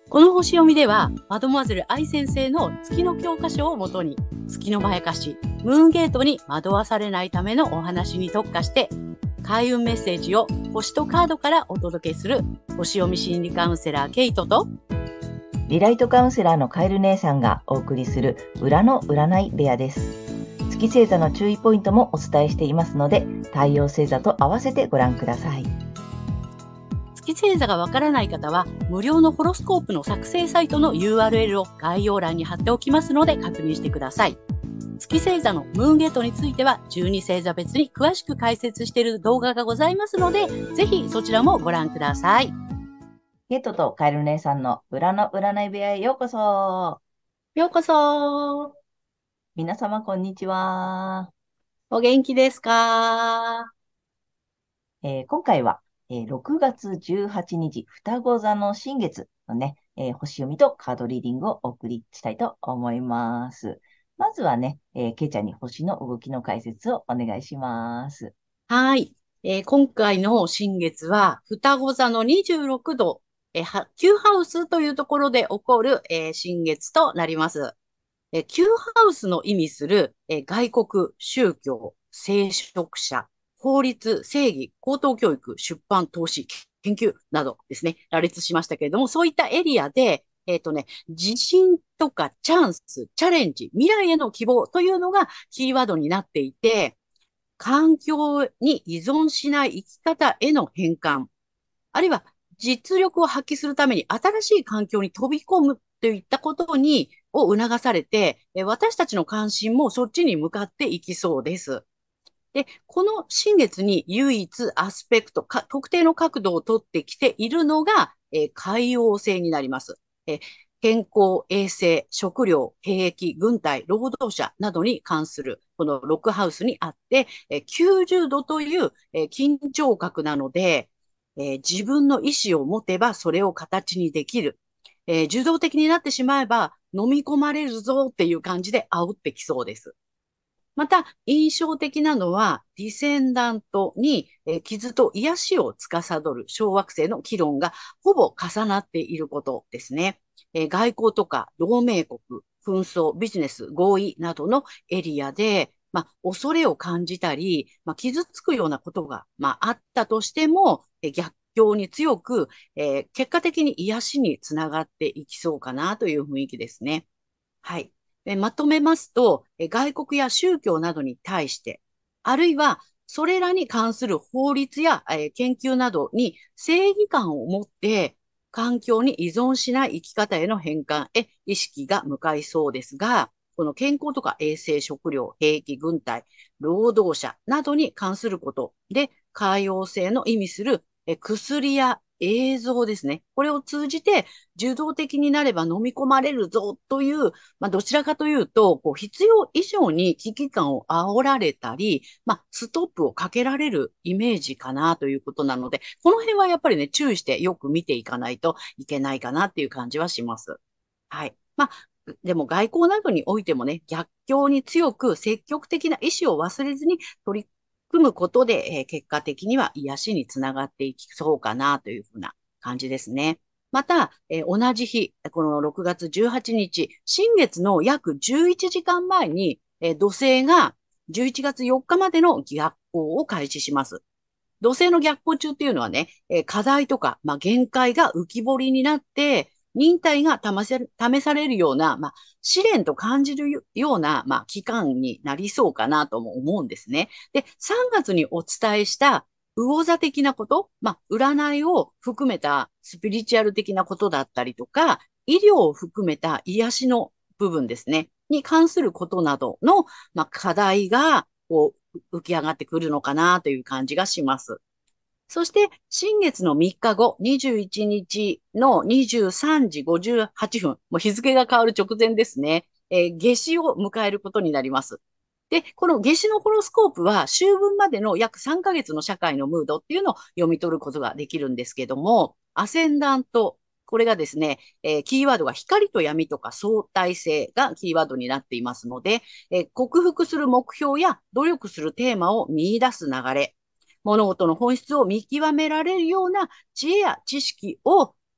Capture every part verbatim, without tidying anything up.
この星読みでは、マドモアゼル愛先生の月の教科書をもとに、月のまやかし、ムーンゲートに惑わされないためのお話に特化して、開運メッセージを星とカードからお届けする、星読み心理カウンセラーケイトと、 リライトカウンセラーのカエル姉さんがお送りする裏の占い部屋です。月星座の注意ポイントもお伝えしていますので、太陽星座と合わせてご覧ください。 月星座がわからない方は、無料のホロスコープの作成サイトの ユーアールエル を概要欄に貼っておきますので確認してください。月星座のムーンゲートについては、じゅうに星座別に詳しく解説している動画がございますので、ぜひそちらもご覧ください。 ゲットとカエル姉さんの裏の占い部屋へようこそ。 ようこそ。 皆様こんにちは。 お元気ですか？ えー今回は、えーろくがつじゅうはちにち、双子座の新月のね、えー星読みとカードリーディングをお送りしたいと思います。まずはね、えー、ケイちゃんに星の動きの解説をお願いします。 はい。えー今回の新月は、双子座のにじゅうろくど、えーは Q ハウスというところで起こる、えー新月となります。えー Q ハウスの意味する、えー外国、宗教、聖職者、法律、正義、高等教育、出版、投資、研究などですね、羅列しましたけれども、そういったエリアで、えっとね、自信とかチャンス、チャレンジ、未来への希望というのがキーワードになっていて、環境に依存しない生き方への変換、あるいは実力を発揮するために新しい環境に飛び込むといったことに、を促されて、え私たちの関心もそっちに向かっていきそうです。で、この新月に唯一アスペクト、か特定の角度をとってきているのが、えー海王星になります。えー健康、衛生、食料、兵役、軍隊、労働者などに関する、このロックハウスにあって、えーきゅうじゅうどという、えー緊張角なので、えー自分の意思を持てばそれを形にできる。えー受動的になってしまえば飲み込まれるぞっていう感じで煽ってきそうです。また、印象的なのは、ディセンダントに、えー傷と癒しを司る小惑星の議論がほぼ重なっていることですね。えー外交とか同盟国、紛争、ビジネス、合意などのエリアで、まあ、恐れを感じたり、まあ、傷つくようなことが、まあ、あったとしても、えー逆境に強く、えー結果的に癒しにつながっていきそうかなという雰囲気ですね。はい。えまとめますと、え外国や宗教などに対して、あるいはそれらに関する法律や、え研究などに正義感を持って、環境に依存しない生き方への変換へ意識が向かいそうですが、この健康とか衛生、食料、兵役、軍隊、労働者などに関することで、海洋性の意味するえ薬や映像ですね。これを通じて受動的になれば飲み込まれるぞという、まあ、どちらかというと、こう必要以上に危機感を煽られたり、まあ、ストップをかけられるイメージかなということなので、この辺はやっぱりね、注意してよく見ていかないといけないかなっていう感じはします。はい。まあ、でも外交などにおいてもね、逆境に強く積極的な意思を忘れずに取り組むことで、えー結果的には癒しにつながっていきそうかなというふうな感じですね。また、えー同じ日、このろくがつじゅうはちにち、新月の約じゅういちじかんまえに、えー土星がじゅういちがつよっかまでの逆行を開始します。土星の逆行中っていうのはね、えー課題とか、まあ、限界が浮き彫りになって、忍耐が試せ試されるような、まあ、試練と感じるような、まあ、期間になりそうかなとも思うんですね。で、さんがつにお伝えした魚座的なこと、まあ、占いを含めたスピリチュアル的なことだったりとか、医療を含めた癒しの部分ですね、に関することなどの、まあ、課題が、こう、浮き上がってくるのかなという感じがします。そして、新月のみっかご、にじゅういちにちのにじゅうさんじごじゅうはっぷん、もう日付が変わる直前ですね。えー夏至を迎えることになります。で、この夏至のホロスコープは、秋分までの約さんかげつの社会のムードっていうのを読み取ることができるんですけども、アセンダント、これがですね、えーキーワードが光と闇とか相対性がキーワードになっていますので、えー克服する目標や努力するテーマを見出す流れ、物事の本質を見極められるような知恵や知識を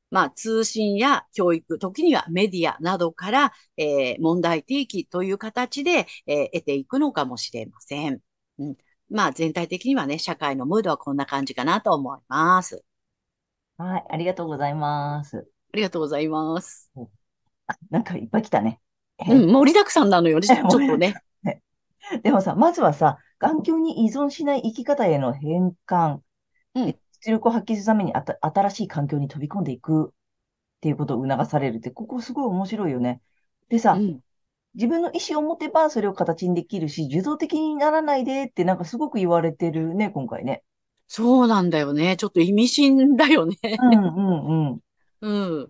まあ、通信や教育、時にはメディアなどから、えー問題提起という形で、えー得ていくのかもしれません。うん、まあ、全体的にはね、社会のムードはこんな感じかなと思います。 はい、ありがとうございます。 ありがとうございます。 おあ、なんかいっぱい来たね。えうん、盛りだくさんなのよね、ちー、ごめんなさょっとね。 いね。でもさ、まずはさ、環境に依存しない生き方への変換、でうん、 出力を発揮するためにあた新しい環境に飛び込んでいくっていうことを促されるって、ここすごい面白いよね。でさ、 うん。 自分の意思を持てばそれを形にできるし、受動的にならないでってなんかすごく言われてるね、今回ね。 そうなんだよね。ちょっと意味深だよね。 うんうんうん。 うん、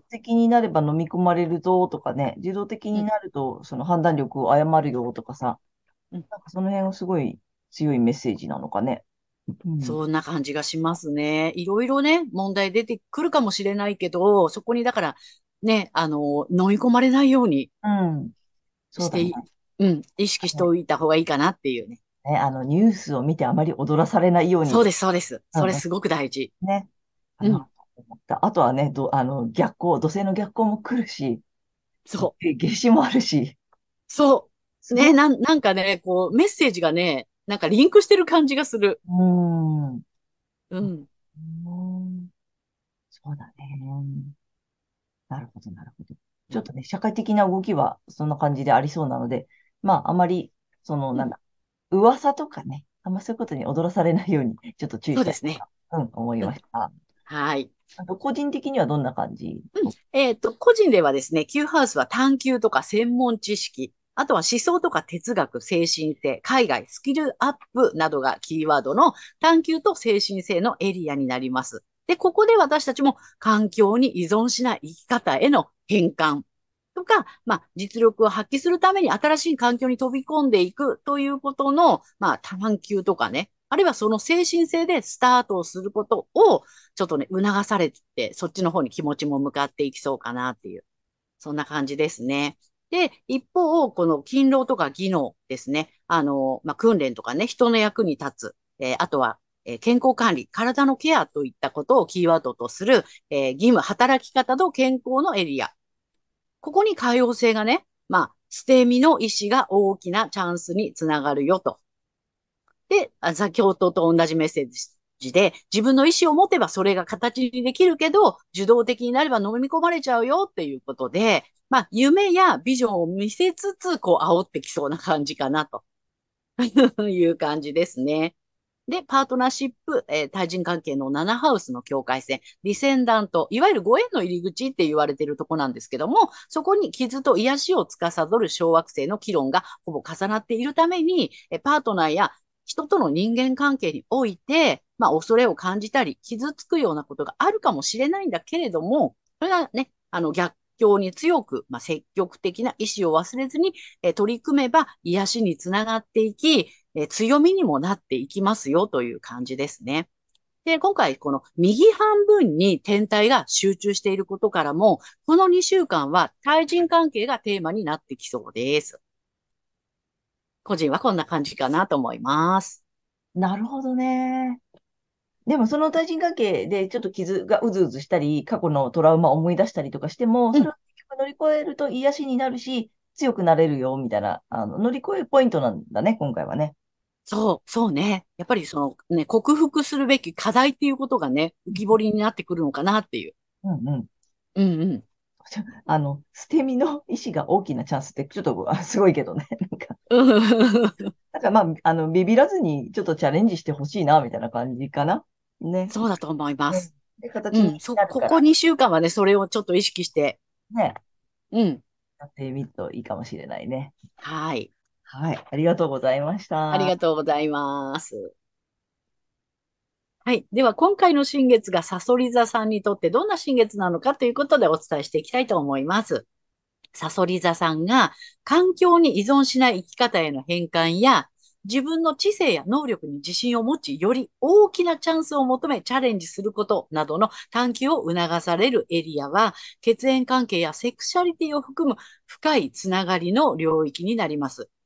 的になれば飲み込まれるぞとかね、自動的にうん、 なるとその判断力を誤るよとかさ、 うん。 なんかその辺はすごい強いメッセージなのかね。うん。 そんな感じがしますね。いろいろね、問題出てくるかもしれないけど、そこにだから、ね、あの、飲み込まれないようにうん。そうだね。 してい、うん、意識しておいた方がいいかなっていうね。 ね、あの、ニュースを見てあまり踊らされないように。 そうです、そうです。 うんうん。 それすごく大事。 ね。かなうん、 と思った。あとはね、ど、あの、逆光、土星の逆光も来るし、 そう、 え夏至もあるし、 そう。ね、 すごい。 なん、なんかね、こう、メッセージがね、なんかリンクしてる感じがする。 うーん。ううん、 ーん。そうだね。なるほど、なるほど。 うん、 ちょっとね、社会的な動きはそんな感じでありそうなので、まあ、あまり、その、 うん。 なんだ、噂とかね、あんまそういうことに踊らされないように、ちょっと注意したいそうですね。 な、うん、思いうん、 ました。 はい。 あと、個人的にはどんな感じ？ うん。えっと、個人ではですね、Q ハウスは探求とか専門知識、あとは思想とか哲学、精神性、海外、スキルアップなどがキーワードの探求と精神性のエリアになります。で、ここで私たちも環境に依存しない生き方への変換とか、まあ、実力を発揮するために新しい環境に飛び込んでいくということの、まあ、探求とかね、あるいはその精神性でスタートをすることを、ちょっとね、促されて、そっちの方に気持ちも向かっていきそうかなっていう、そんな感じですね。で、一方、この勤労とか技能ですね。あの、まあ、訓練とかね、人の役に立つ。えーあとは、えー健康管理、体のケアといったことをキーワードとする、えー義務、働き方と健康のエリア。ここに多様性がね、まあ、捨て身の意思が大きなチャンスにつながるよと。で、あ先ほどと同じメッセージで、自分の意思を持てばそれが形にできるけど、受動的になれば飲み込まれちゃうよっていうことで、まあ、夢やビジョンを見せつつ、こう、煽ってきそうな感じかなという感じですね。で、パートナーシップ、えー対人関係のナナハウスの境界線、ディセンダント、いわゆるご縁の入り口って言われているとこなんですけども、そこに傷と癒しを司る小惑星の議論がほぼ重なっているために、えパートナーや人との人間関係において、まあ、恐れを感じたり、傷つくようなことがあるかもしれないんだけれども、それはね、あの、逆境に強く、まあ、積極的な意思を忘れずに、え取り組めば癒しにつながっていき、え強みにもなっていきますよという感じですね。で、今回この右半分に天体が集中していることからも、このにしゅうかんは対人関係がテーマになってきそうです。個人はこんな感じかなと思います。 なるほどね。でも、その対人関係でちょっと傷がうずうずしたり、過去のトラウマを思い出したりとかしても、 うん。 それを結局乗り越えると癒しになるし、強くなれるよ、みたいな、あの、乗り越えるポイントなんだね、今回はね。 そう、そうね。やっぱりそのね、克服するべき課題っていうことがね、浮き彫りになってくるのかなっていう。 うんうん。 うんうん。 あの、捨て身の意志が大きなチャンスって、ちょっとあすごいけどね。なんか、 うんなんかまあ、あの、ビビらずにちょっとチャレンジしてほしいな、みたいな感じかな。ね。 そうだと思いまね。 す。 で、形にうん、そ、ここなるから、 にしゅうかんはね、それをちょっと意識して、 ね、 うん、 やってみるといいかもしれないね。 はい。 はい。ありがとうございましありた。 がとうございます。はい。では、今回の新月がサソリ座さんにとってどんな新月なのかということでお伝えしていきたいと思います。サソリ座さんが環境に依存しない生き方への変換や自分の知性や能力に自信を持ち、より大きなチャンスを求めチャレンジすることなどの探求を促されるエリアは、血縁関係やセクシャリティを含む深いつながりの領域になります。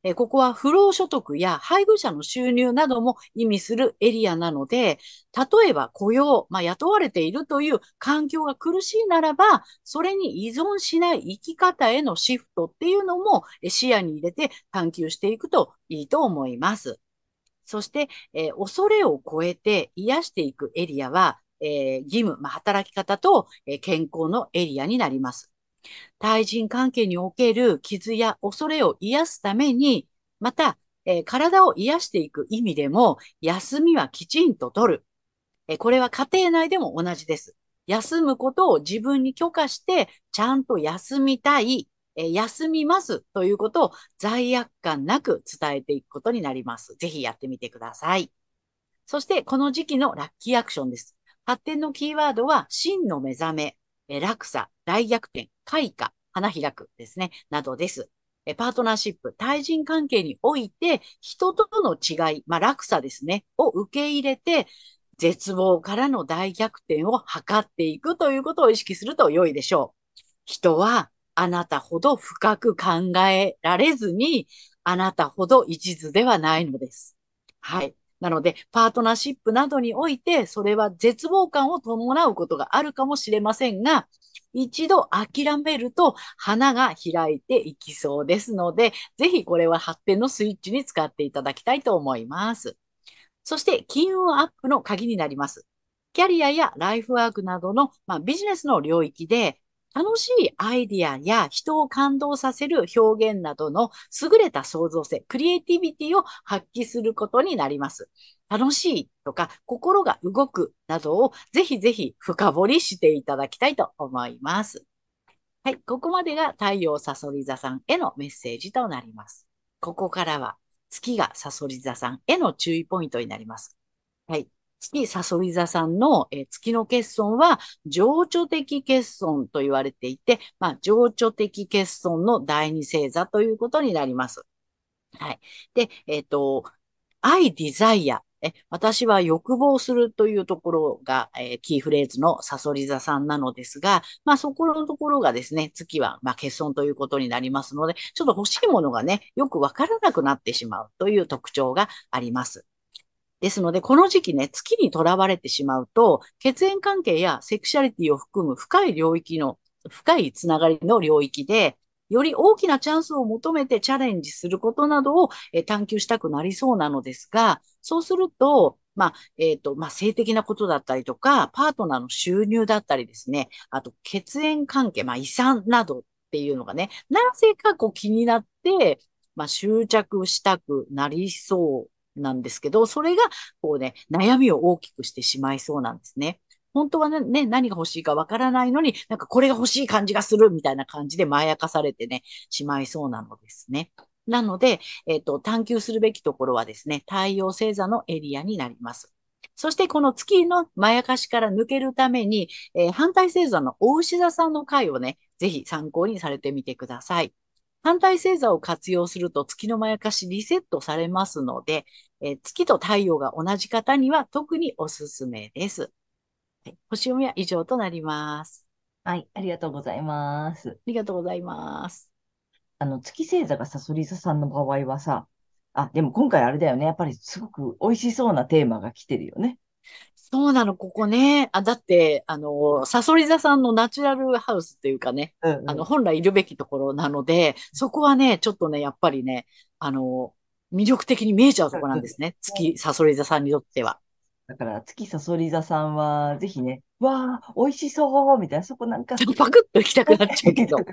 えーここは不労所得や配偶者の収入なども意味するエリアなので、例えば雇用、まあ、雇われているという環境が苦しいならば、それに依存しない生き方へのシフトっていうのもえー視野に入れて探求していくといいと思います。そして、えー恐れを超えて癒していくエリアは、えー義務、まあ、働き方と、えー健康のエリアになります。対人関係における傷や恐れを癒すために、また、えー体を癒していく意味でも、休みはきちんと取る。えーこれは家庭内でも同じです。休むことを自分に許可して、ちゃんと休みたい、えー休みますということを罪悪感なく伝えていくことになります。ぜひやってみてください。そして、この時期のラッキーアクションです。発展のキーワードは、真の目覚め、え落差、大逆転、開花、花開くですね、などです。えパートナーシップ、対人関係において、人との違い、まあ、落差ですね、を受け入れて、絶望からの大逆転を図っていくということを意識すると良いでしょう。人はあなたほど深く考えられずに、あなたほど一途ではないのです。はい。なので、パートナーシップなどにおいて、それは絶望感を伴うことがあるかもしれませんが、一度諦めると花が開いていきそうですので、ぜひこれは発展のスイッチに使っていただきたいと思います。そして、金運アップの鍵になります。キャリアやライフワークなどの、まあ、ビジネスの領域で、楽しいアイディアや人を感動させる表現などの優れた創造性、クリエイティビティを発揮することになります。楽しいとか心が動くなどをぜひぜひ深掘りしていただきたいと思います。はい、ここまでが太陽さそり座さんへのメッセージとなります。ここからは月がさそり座さんへの注意ポイントになります。はい。月さそり座さんの、えー月の欠損は、情緒的欠損と言われていて、まあ、情緒的欠損の第二星座ということになります。はい。で、えっと、I desire。え、私は欲望するというところが、えーキーフレーズのサソリ座さんなのですが、まあそこのところがですね、月は、まあ欠損ということになりますので、ちょっと欲しいものがね、よくわからなくなってしまうという特徴があります。ですので、この時期ね、月にとらわれてしまうと、血縁関係やセクシャリティを含む深い領域の、深いつながりの領域で、より大きなチャンスを求めてチャレンジすることなどを、えー探求したくなりそうなのですが、そうすると、まあ、えっと、まあ、性的なことだったりとか、パートナーの収入だったりですね、あと血縁関係、まあ、遺産などっていうのがね、なぜかこう気になって、まあ、執着したくなりそうなんですけど、それが、こうね、悩みを大きくしてしまいそうなんですね。本当はね、ね何が欲しいかわからないのに、なんかこれが欲しい感じがするみたいな感じでまやかされてね、しまいそうなのですね。なので、えっと、探求するべきところはですね、太陽星座のエリアになります。そしてこの月のまやかしから抜けるために、えー反対星座の大牛座さんの回をね、ぜひ参考にされてみてください。反対星座を活用すると月のまやかしリセットされますので、えー月と太陽が同じ方には特におすすめです。はい、星読みは以上となります。 はい、ありがとうございます。 ありがとうございます。 あの、月星座がさそり座さんの場合はさ、あ、でも今回あれだよね。やっぱりすごく美味しそうなテーマが来てるよね。 そうなの、ここね。あ、だって、あの、サソリ座さんのナチュラルハウスっていうかね、あの、 うんうん。 本来いるべきところなので、そこはね、ちょっとね、やっぱりね、あの、魅力的に見えちゃうところうんうん。 なんですね。 ね、 月、サソリ座さんにとっては。 だから、月さそり座さんは、ぜひね、わあ、美味しそうみたいな、そこなんか、 パクッと行きたくなっちゃうけど。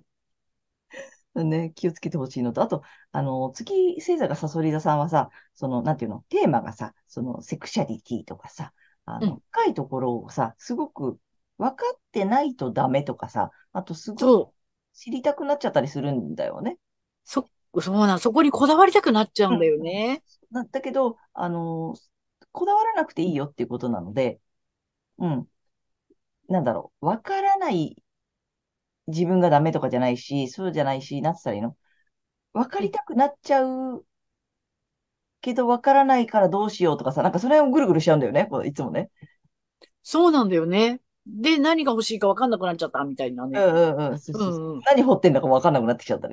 ね、気をつけてほしいのと、あと、あの、月星座がさそり座さんはさ、その、なんていうの、テーマがさ、その、セクシャリティとかさ、あの、 うん。 深いところをさ、すごく分かってないとダメとかさ、あと、すごくそう。 知りたくなっちゃったりするんだよね。 そ、そうなん、そこにこだわりたくなっちゃうんだうん。 よね。 だだけど、あの、こだわらなくていいよっていうことなので、うん、なんだろう、分からない自分がダメとかじゃないし、そうじゃないし、なんつったらいいの、分かうん。 りたくなっちゃうけど分からないからどうしようとかさ、なんかそれをぐるぐるしちゃうんだよね、こういつもね。 そうなんだよね。で、何が欲しいか分かんなくなっちゃったみたいなね。 うんうんうん。そううそうそう。 んうん。 何掘ってんだか分かんなくなってきちゃったりね。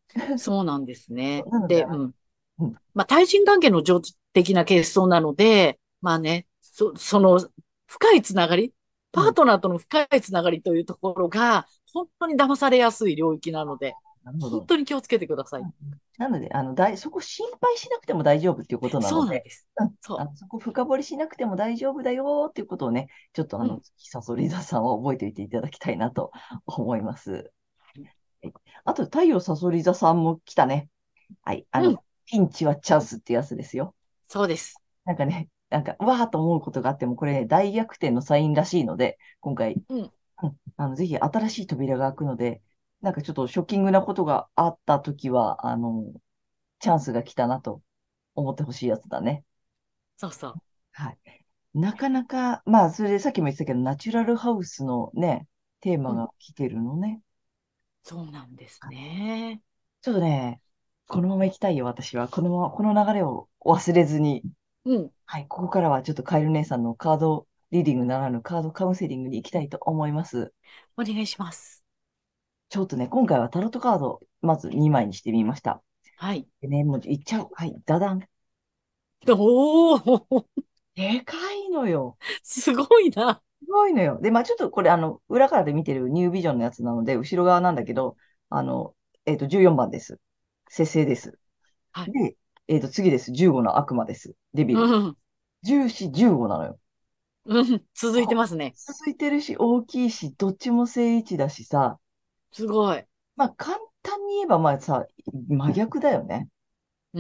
そうなんですね。 なので、 で、 あの、 うん。 うん、 まあ、対人関係の情的なケースそうなので、まあね、そ、その深いつながり、パうん、 ートナーとの深いつながりというところが、本当に騙されやすい領域なので、 なるほど。 本当に気をつけてください。 うん、なので、あの、だい、そこ心配しなくても大丈夫っていうことなので、 そうなんです。 うん、あその、そこ深掘りしなくても大丈夫だよっていうことをね、ちょっとあう。うの、 ん。 サソリ座さんは覚えておいていただきたいなと思います。はい、あと、太陽サソリ座さんも来たね。はい。あの、 うん。 ピンチはチャンスってやつですよ。 そうです。 なんかね、なんか、うわーっと思うことがあっても、これ、ね、大逆転のサインらしいので、今回、 うん。 うん、あの、ぜひ新しい扉が開くので、なんかちょっとショッキングなことがあったときは、あの、チャンスが来たなと思ってほしいやつだね。 そうそう。 はい。なかなか、まあ、それでさっきも言ってたけど、ナチュラルハウスのね、テーマうん。 が来てるのね。 そうなんですね。 ちょっとね、このまま行きたいよ、私は。このまま、この流れを忘れずに。 うん。 はい、ここからはちょっとカエル姉さんのカードリーディングならぬカードカウンセリングに行きたいと思います。 お願いします。 ちょっとね、今回はタロットカード、まずにまいにしてみました。 はい。 でね、もういっちゃう。はい、ダダン。 おー、 でかいのよ。 すごいな。 すごいのよ。で、まあちょっとこれ、あの、裏からで見てるニュービジョンのやつなので、後ろ側なんだけど、あの、えっと、じゅうよんばんです。節制です。 はい。 で、えっと、次です。じゅうごの悪魔です。デビル。 うん。 じゅうよん、じゅうごなのよ。 うん。続いてこますね。 続いてるし、大きいし、どっちも正位置だしさ、 すごい。 まあ簡単に言えば、まあさ、真逆だよね。 うん。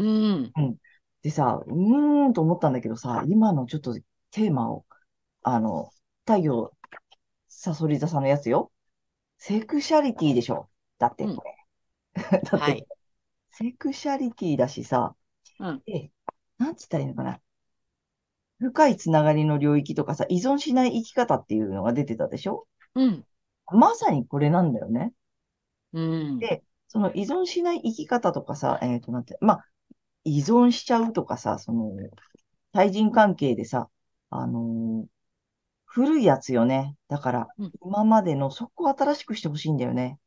うん。でさ、うーんと思ったんだけどさ、今のちょっとテーマを、あの、太陽さそり座さんのやつよ。セクシャリティでしょ。だってうん。 これ。だって、 はい。 セクシャリティだしさ、 うん。 え、なんつったらいいのかな。深いつながりの領域とかさ、依存しない生き方っていうのが出てたでしょ。 うん。 まさにこれなんだよね。 うん。 で、その依存しない生き方とかさ、えっと、なんて、まあ、依存しちゃうとかさ、その、対人関係でさ、あのー古いやつよね。だから、 うん。 今までのそこを新しくしてほしいんだよね。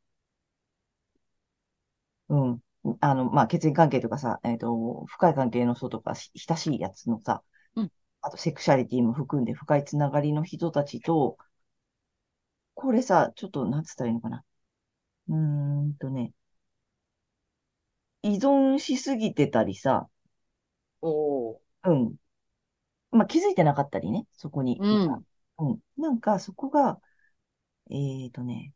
うん。あの、まあ、血縁関係とかさ、えっと、深い関係の人とか、し親しいやつのさ、 うん。 あとセクシャリティも含んで深いつながりの人たちと、これさ、ちょっと、なんつったらいいのかな。うーんとね、依存しすぎてたりさ、 おー。 うん。まあ、気づいてなかったりね、そこに。 うん。 うん。なんか、そこが、えーとね、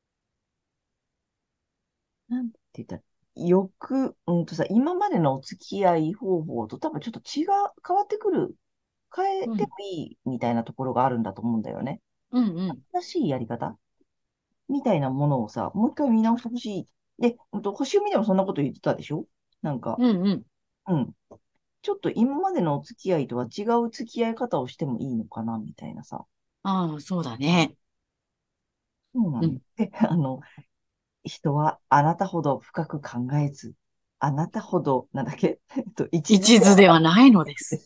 なんて言ったら、よく、うんとさ、今までのお付き合い方法と多分ちょっと違う、変わってくる、変えうん。 てもいいみたいなところがあるんだと思うんだよね。 うん。うん。 新しいやり方みたいなものをさ、もう一回見直してほしい。で、うんと、星読みでもそんなこと言ってたでしょ。なんか、 うん。うん。 うん。ちょっと今までのお付き合いとは違う付き合い方をしてもいいのかな、みたいなさ。 ああ、そうだね。 そうなの。 うん。 で、あの、人はあなたほど深く考えず、あなたほど、なんだっけ、えっと、一途一途ではないのです。 です。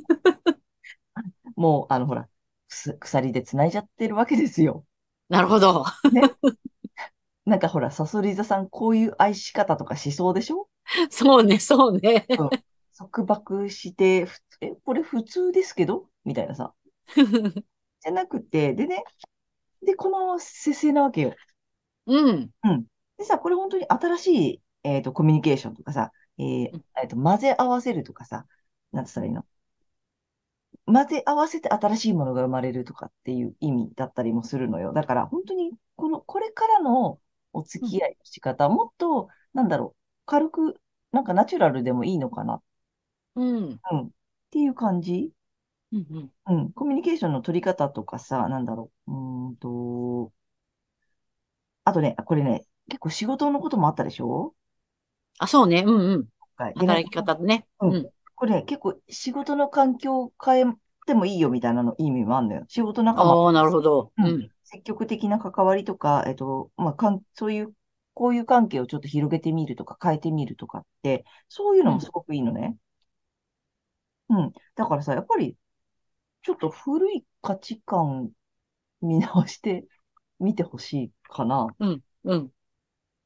もう、あの、ほら、くす鎖で繋いじゃってるわけですよ。 なるほど。 ね。なんかほら、さそり座さん、こういう愛し方とかしそうでしょ。 そうね、そうね。 うん。束縛して、ふえ、これ普通ですけどみたいなさ。じゃなくて、でね、で、この節制なわけよ。 うん。 うん。でさ、これ本当に新しい、えっと、コミュニケーションとかさ、えーうん。 えっと、混ぜ合わせるとかさ、なんつったらいいの、混ぜ合わせて新しいものが生まれるとかっていう意味だったりもするのよ。だから本当にこの、これからのお付うん。 き合いの仕方、もっと、なんだろう、軽く、なんかナチュラルでもいいのかな。 うん。 うん。っていう感じ。 うん。うん。 うん。コミュニケーションの取り方とかさ、なんだろう。うーんと、あとね、これね、結構仕事のこともあったでしょ。 あ、そうね。うん。うん。 はい。でね、 働き方ね。 うん。 うん。 これね、結構仕事の環境を変えてもいいよみたいなの意味もあるのよ。仕事仲間、 ああ、なるほど。 うん。 うん。 積極的な関わりとか、えっと、まあ、かん、そういう、こういう関係をちょっと広げてみるとか、変えてみるとかって、そういううん。 のもすごくいいのね。うん。だからさ、やっぱり、ちょっと古い価値観見直してみてほしいかな。 うん。うん。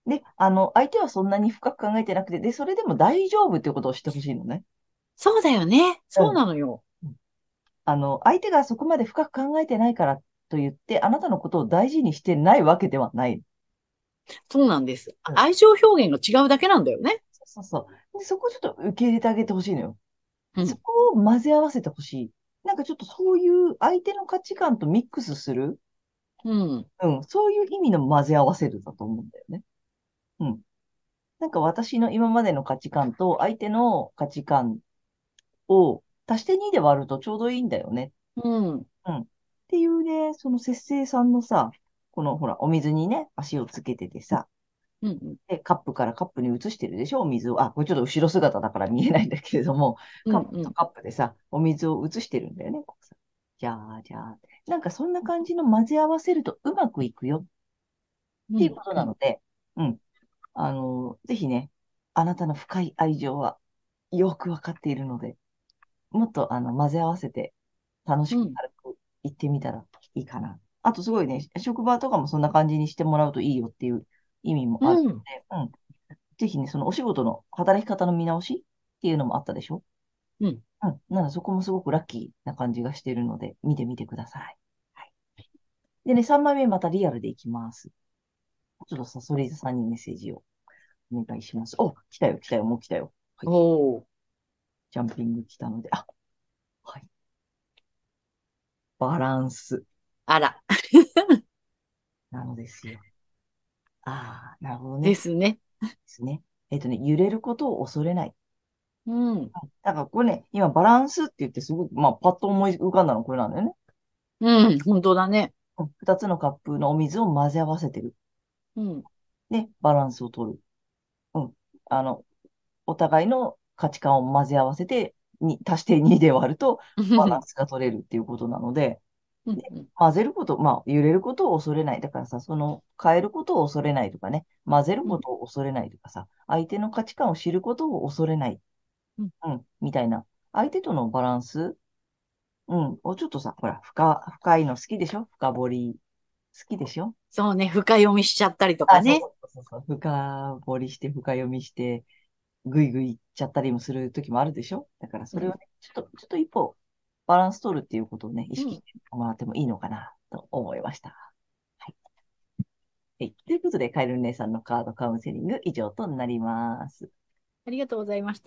で、あの、相手はそんなに深く考えてなくて、で、それでも大丈夫っていうことを知ってほしいのね。 そうだよね。そううん。 なのよ。 あの、相手がそこまで深く考えてないからと言って、あなたのことを大事にしてないわけではない。 そうなんです。 うん。 愛情表現が違うだけなんだよね。 そうそうそう。で、そこをちょっと受け入れてあげてほしいのよ。そうん。 こを混ぜ合わせてほしい。なんかちょっとそういう相手の価値観とミックスする、 うん。 うん、そういう意味の混ぜ合わせるだと思うんだよね。うん。なんか私の今までの価値観と相手の価値観を足してにで割るとちょうどいいんだよね。 うん。 うん。っていうね、その節制さんのさ、このほら、お水にね、足をつけててさ、 うん。 で、カップからカップに移してるでしょ、お水を。あ、これちょっと後ろ姿だから見えないんだけれども、 うん。うん。 カップとカップでさ、お水を移してるんだよね。こうさじゃあ、じゃあ。なんかそんな感じの混ぜ合わせるとうまくいくよっていうこうん。うん。 となので、うん。あの、ぜひね、あなたの深い愛情はよくわかっているので、もっとあの混ぜ合わせて楽しくうん。 軽く行ってみたらいいかな。あとすごいね、職場とかもそんな感じにしてもらうといいよっていう意味もあるうん。 ので、うん。ぜひね、そのお仕事の働き方の見直しっていうのもあったでしょ。 うん。 うん。なのでそこもすごくラッキーな感じがしているので、見てみてください。はい。でね、さんまいめまたリアルでいきます。ちょっとさ、それぞれさんにメッセージをお願いします。お、来たよ、来たよ、もう来たよ。はい。 おー。 ジャンピング来たので、あ、はい。バランスあら。 なのですよ。ああ、なるほどね。 ですね。 ですね。えっとね、揺れることを恐れない。 うん。 だからこれね、今バランスって言ってすごく、まあ、パッと思い浮かんだのこれなんだよね。 うん。本当だね。 うん。二つのカップのお水を混ぜ合わせてる。 うん。 で、バランスを取る。うん。あの、お互いの価値観を混ぜ合わせて、に、足してにで割ると、 うバランん。 スが取れるっていうことなので、で、 うん。 混ぜること、まあ、揺れることを恐れない。だからさ、その、変えることを恐れないとかね、混ぜるうん。 ことを恐れないとかさ、相手の価値観を知ることを恐れない。 うん。 うん、みたいな。相手とのバランス、うん、をちょっとさ、ほら、深、深いの好きでしょ深掘り。好きでしょ。 そうね。深読みしちゃったりとかあ、そうね。 そうそうそう。深掘りして、深読みして、ぐいぐいいっちゃったりもする時もあるでしょ。だからそうん。 れをね、ちょっと、ちょっと一歩、バランス取るっていうことをね、意識しうん。 てもらってもいいのかな、と思いました。はい。はい。ということで、カエル姉さんのカードカウンセリング以上となります。 ありがとうございました。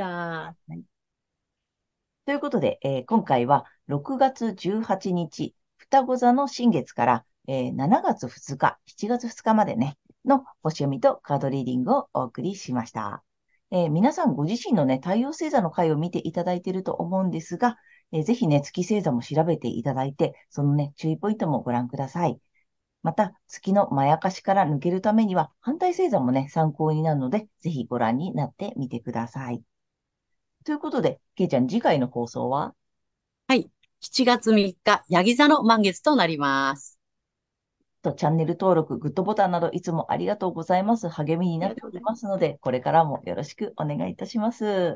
はい。ということで、えー今回はろくがつじゅうはちにち、双子座の新月から、えーしちがつふつか、しちがつふつかまでね、の星読みとカードリーディングをお送りしました。えー皆さんご自身のね、太陽星座の回を見ていただいていると思うんですが、えーぜひね、月星座も調べていただいて、そのね、注意ポイントもご覧ください。また、月のまやかしから抜けるためには、反対星座もね、参考になるので、ぜひご覧になってみてください。ということで、けいちゃん、次回の放送ははい。しちがつみっか、ヤギ座の満月となります。 と、チャンネル登録、グッドボタンなどいつもありがとうございます。励みにありなっておりがとうございます。 ますので、これからもよろしくお願いいたします。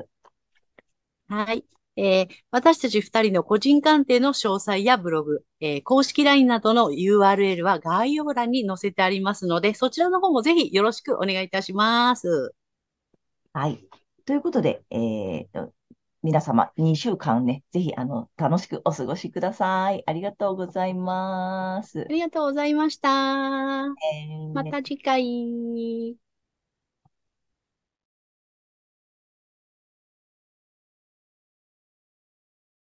はい。えー私たちふたりの個人鑑定の詳細やブログ、えー公式 ライン などの ユーアールエル は概要欄に載せてありますので、そちらの方もぜひよろしくお願いいたします。 はい。ということで、えーと、皆様、にしゅうかんね、ぜひ、あの、楽しくお過ごしください。ありがとうございます。 ありがとうございました。 えーまた次回。